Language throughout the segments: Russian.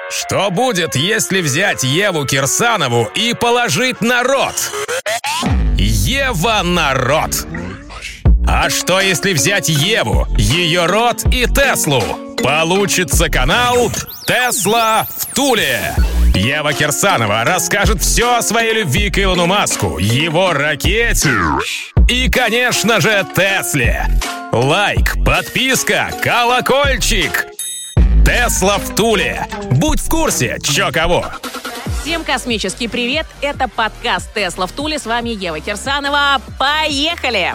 Что будет, если взять Еву Кирсанову и положить на рот? Ева на рот. А что, если взять Еву, ее рот и Теслу? Получится канал «Тесла в Туле». Ева Кирсанова расскажет все о своей любви к Илону Маску, его ракете и, конечно же, Тесле. Лайк, подписка, колокольчик. Тесла в Туле. Будь в курсе, чё кого. Всем космический привет! Это подкаст «Тесла в Туле». С вами Ева Кирсанова. Поехали!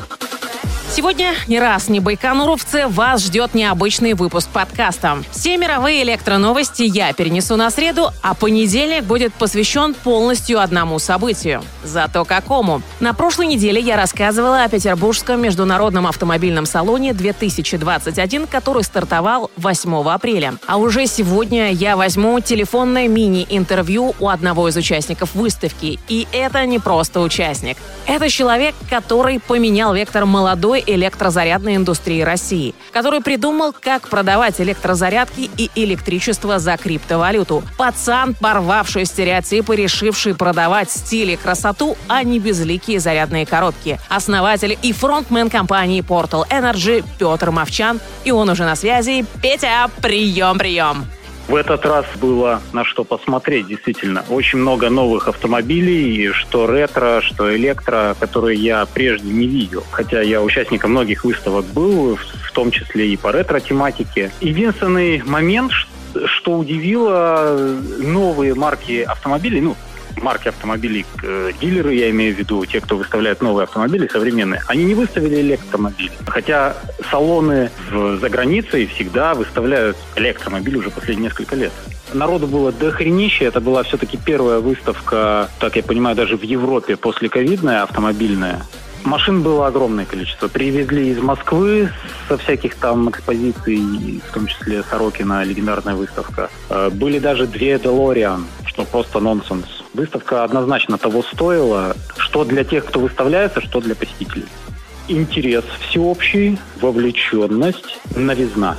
Сегодня не раз, не байконуровцы, вас ждет необычный выпуск подкаста. Все мировые электроновости я перенесу на среду, а понедельник будет посвящен полностью одному событию. Зато какому? На прошлой неделе я рассказывала о Петербургском международном автомобильном салоне 2021, который стартовал 8 апреля. А уже сегодня я возьму телефонное мини-интервью у одного из участников выставки. И это не просто участник. Это человек, который поменял вектор молодой электрозарядной индустрии России, который придумал, как продавать электрозарядки и электричество за криптовалюту. Пацан, порвавший стереотипы, решивший продавать стиль и красоту, а не безликие зарядные коробки. Основатель и фронтмен компании Portal Energy Петр Мовчан. И он уже на связи. Петя, прием! В этот раз было на что посмотреть, действительно. Очень много новых автомобилей, что ретро, что электро, которые я прежде не видел. Хотя я участником многих выставок был, в том числе и по ретро-тематике. Единственный момент, что удивило, новые марки автомобилей, марки автомобилей, дилеры, я имею в виду, те, кто выставляет новые автомобили современные, они не выставили электромобили. Хотя салоны за границей всегда выставляют электромобили уже последние несколько лет. Народу было дохренище, это была все-таки первая выставка, так я понимаю, даже в Европе послековидная автомобильная. Машин было огромное количество. Привезли из Москвы со всяких там экспозиций, в том числе Сорокина, легендарная выставка. Были даже 2 DeLorean, что просто нонсенс. Выставка однозначно того стоила, что для тех, кто выставляется, что для посетителей. Интерес всеобщий, вовлеченность, новизна.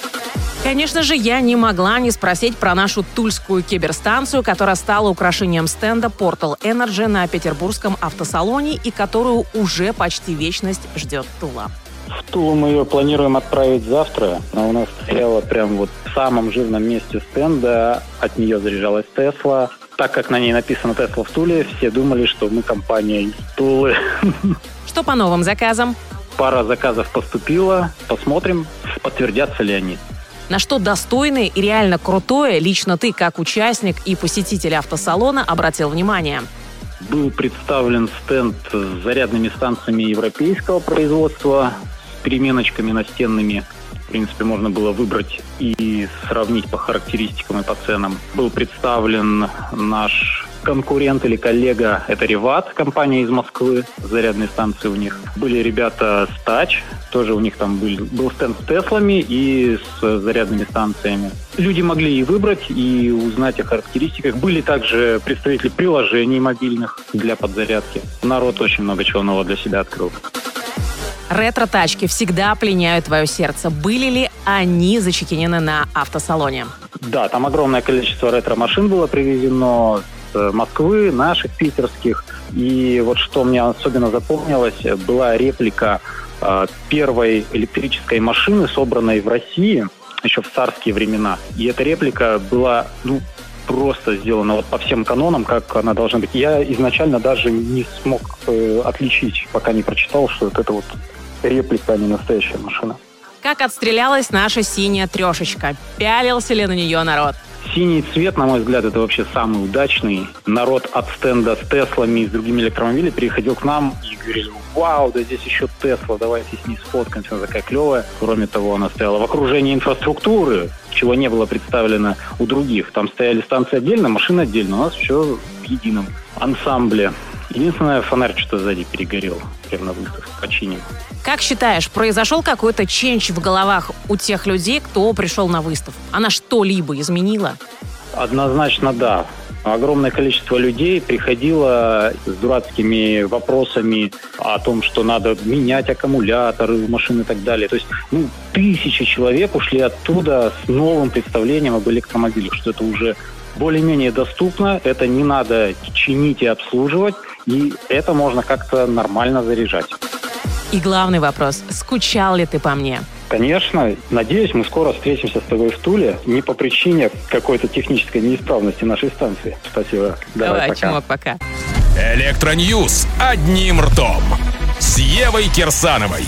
Конечно же, я не могла не спросить про нашу тульскую киберстанцию, которая стала украшением стенда Portal Energy на Петербургском автосалоне и которую уже почти вечность ждет Тула. В Тулу мы ее планируем отправить завтра. Она у нас стояла прям вот в самом жирном месте стенда. От нее заряжалась Тесла. Так как на ней написано «Тесла в Туле», все думали, что мы компания из Тулы. Что по новым заказам? Пара заказов поступила. Посмотрим, подтвердятся ли они. На что достойное и реально крутое лично ты, как участник и посетитель автосалона, обратил внимание? Был представлен стенд с зарядными станциями европейского производства, с переменочками настенными. В принципе, можно было выбрать и сравнить по характеристикам и по ценам. Был представлен наш конкурент или коллега, это Реват, компания из Москвы, зарядные станции у них. Были ребята с Тач, тоже у них там был стенд с Теслами и с зарядными станциями. Люди могли и выбрать, и узнать о характеристиках. Были также представители приложений мобильных для подзарядки. Народ очень много чего нового для себя открыл. Ретро-тачки всегда пленяют твое сердце. Были ли они зачекинены на автосалоне? Да, там огромное количество ретро-машин было привезено с Москвы, наших питерских. И вот что мне особенно запомнилось, была реплика первой электрической машины, собранной в России еще в царские времена. И эта реплика была, просто сделана вот по всем канонам, как она должна быть. Я изначально даже не смог отличить, пока не прочитал, что это вот реплика, а не настоящая машина. Как отстрелялась наша синяя трешечка? Пялился ли на нее народ? Синий цвет, на мой взгляд, это вообще самый удачный. Народ от стенда с Теслами и с другими электромобилями переходил к нам и говорили: вау, да здесь еще Тесла, давайте с ней сфоткаемся, она такая клевая. Кроме того, она стояла в окружении инфраструктуры, чего не было представлено у других. Там стояли станции отдельно, машины отдельно, у нас все в едином ансамбле. Единственное, фонарь что-то сзади перегорел, прямо на выставке починим. Как считаешь, произошел какой-то чендж в головах у тех людей, кто пришел на выставку? Она что-либо изменила? Однозначно да. Огромное количество людей приходило с дурацкими вопросами о том, что надо менять аккумуляторы у машин и так далее. То есть, тысячи человек ушли оттуда с новым представлением об электромобилях, что это уже более-менее доступно, это не надо чинить и обслуживать, и это можно как-то нормально заряжать. И главный вопрос: скучал ли ты по мне? Конечно. Надеюсь, мы скоро встретимся с тобой в Туле. Не по причине какой-то технической неисправности нашей станции. Спасибо. Давай, Чмок, пока. Электроньюз одним ртом с Евой Кирсановой.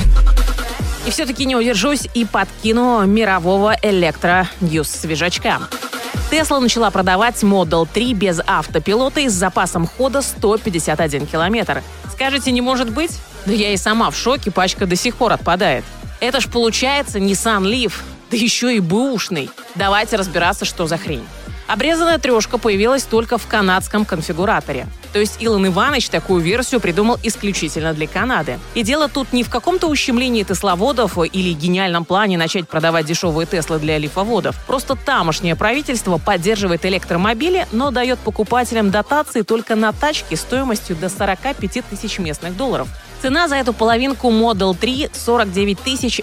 И все-таки не удержусь и подкину мирового электроньюз-свежачка. Tesla начала продавать Model 3 без автопилота и с запасом хода 151 километр. Скажете, не может быть? Да я и сама в шоке, пачка до сих пор отпадает. Это ж получается Nissan Leaf, да еще и бэушный. Давайте разбираться, что за хрень. Обрезанная трешка появилась только в канадском конфигураторе. То есть Илон Иванович такую версию придумал исключительно для Канады. И дело тут не в каком-то ущемлении тесловодов или гениальном плане начать продавать дешевые Теслы для лифоводов. Просто тамошнее правительство поддерживает электромобили, но дает покупателям дотации только на тачки стоимостью до 45 тысяч местных долларов. Цена за эту половинку Model 3 – 49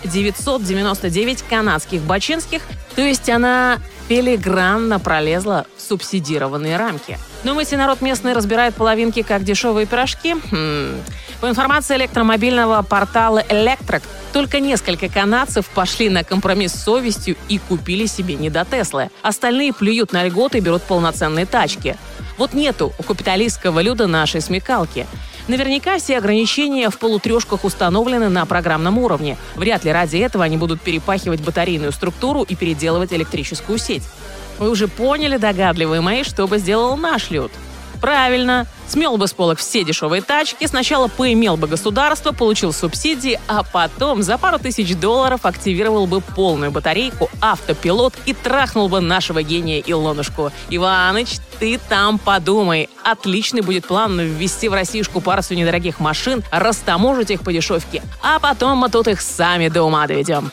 999 канадских бачинских, то есть она филигранно пролезла в субсидированные рамки. Думаете, народ местный разбирает половинки как дешевые пирожки? По информации электромобильного портала Electrek, только несколько канадцев пошли на компромисс с совестью и купили себе не до Теслы. Остальные плюют на льготы и берут полноценные тачки. Вот нету у капиталистского люда нашей смекалки. Наверняка все ограничения в полутрешках установлены на программном уровне. Вряд ли ради этого они будут перепахивать батарейную структуру и переделывать электрическую сеть. Вы уже поняли, догадливые мои, что бы сделал наш люд? Правильно. Смел бы с полок все дешевые тачки, сначала поимел бы государство, получил субсидии, а потом за пару тысяч долларов активировал бы полную батарейку, автопилот и трахнул бы нашего гения Илонушку. Иваныч, ты там подумай. Отличный будет план ввести в Россиюшку пару недорогих машин, растаможить их по дешевке, а потом мы тут их сами до ума доведем.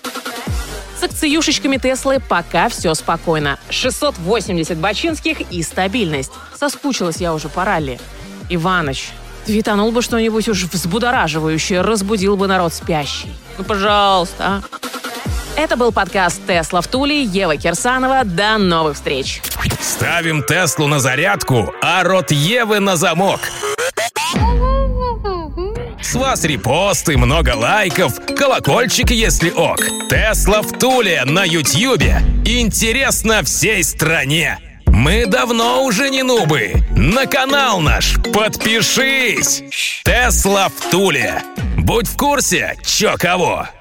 С акциюшечками Теслы пока все спокойно. 680 бачинских и стабильность. Соскучилась я уже по ралли. Иваныч, твитанул бы что-нибудь уж взбудораживающее, разбудил бы народ спящий. Пожалуйста, а? Это был подкаст «Тесла в Туле». Ева Кирсанова. До новых встреч. Ставим Теслу на зарядку, а рот Евы на замок. С вас репосты, много лайков, колокольчик, если ок. Тесла в Туле на Ютьюбе. Интересно всей стране. Мы давно уже не нубы. На канал наш подпишись. Тесла в Туле. Будь в курсе, чё кого.